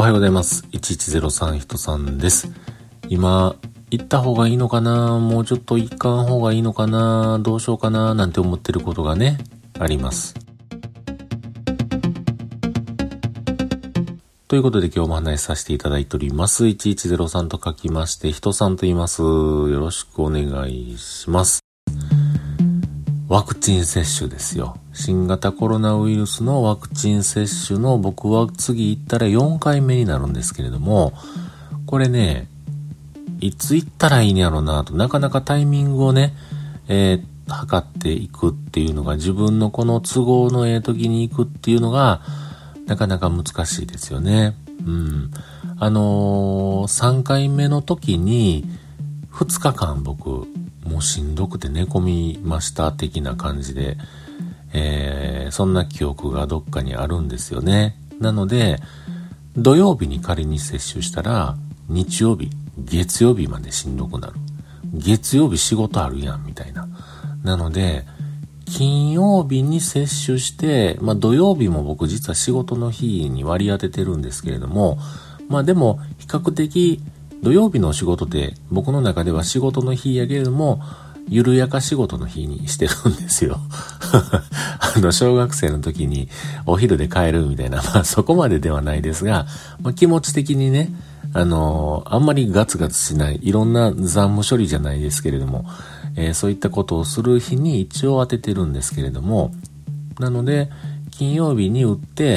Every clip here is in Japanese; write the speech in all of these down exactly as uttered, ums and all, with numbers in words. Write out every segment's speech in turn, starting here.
おはようございます。いちいちゼロさん人さんです。今、行った方がいいのかな、もうちょっと行かん方がいいのかな、どうしようかな、なんて思ってることがね、あります。ということで今日もお話しさせていただいております。いちいちゼロさんと書きまして、人さんと言います。よろしくお願いします。ワクチン接種ですよ。新型コロナウイルスのワクチン接種の僕は次行ったらよんかいめになるんですけれども、これね、いつ行ったらいいんやろうなと、なかなかタイミングをね、えー、測っていくっていうのが、自分のこの都合のええ時に行くっていうのがなかなか難しいですよね。うん。あのー、さんかいめの時にふつかかん僕もうしんどくて寝込みました的な感じで、えー、そんな記憶がどっかにあるんですよね。なので土曜日に仮に接種したら日曜日、月曜日までしんどくなる。月曜日仕事あるやんみたいな。なので金曜日に接種して、まあ土曜日も僕実は仕事の日に割り当ててるんですけれども、まあでも比較的土曜日の仕事って僕の中では仕事の日やけれども、緩やか仕事の日にしてるんですよ。あの、小学生の時にお昼で帰るみたいな、まあそこまでではないですが、まあ、気持ち的にね、あのー、あんまりガツガツしない、いろんな残務処理じゃないですけれども、えー、そういったことをする日に一応当ててるんですけれども、なので、金曜日に打って、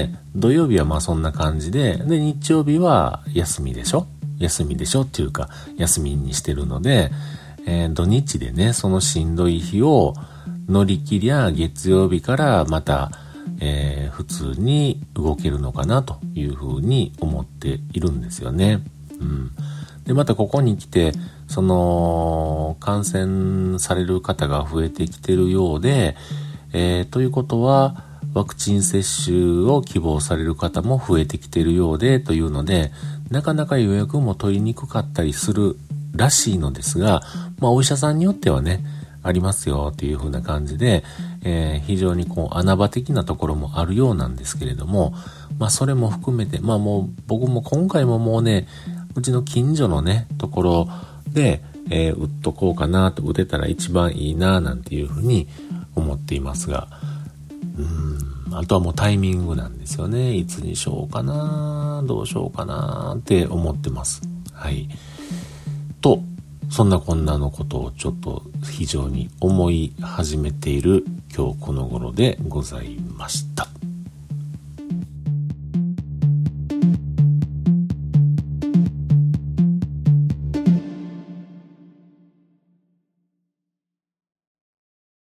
土曜日はまあそんな感じで、で、日曜日は休みでしょ休みでしょっていうか、休みにしてるので、えー、土日でね、そのしんどい日を乗り切りゃ、月曜日からまた、えー、普通に動けるのかなというふうに思っているんですよね。うん。で、またここに来て、その、感染される方が増えてきてるようで、えー、ということは、ワクチン接種を希望される方も増えてきているようでというので、なかなか予約も取りにくかったりするらしいのですが、まあお医者さんによってはね、ありますよっていう風な感じで、えー、非常にこう穴場的なところもあるようなんですけれども、まあそれも含めて、まあもう僕も今回ももうね、うちの近所のね、ところで、えー、打っとこうかなと、打てたら一番いいななんていう風に思っていますが、うーん、あとはもうタイミングなんですよね。いつにしようかな、どうしようかなって思ってます。はい。と、そんなこんなのことをちょっと非常に思い始めている今日この頃でございました。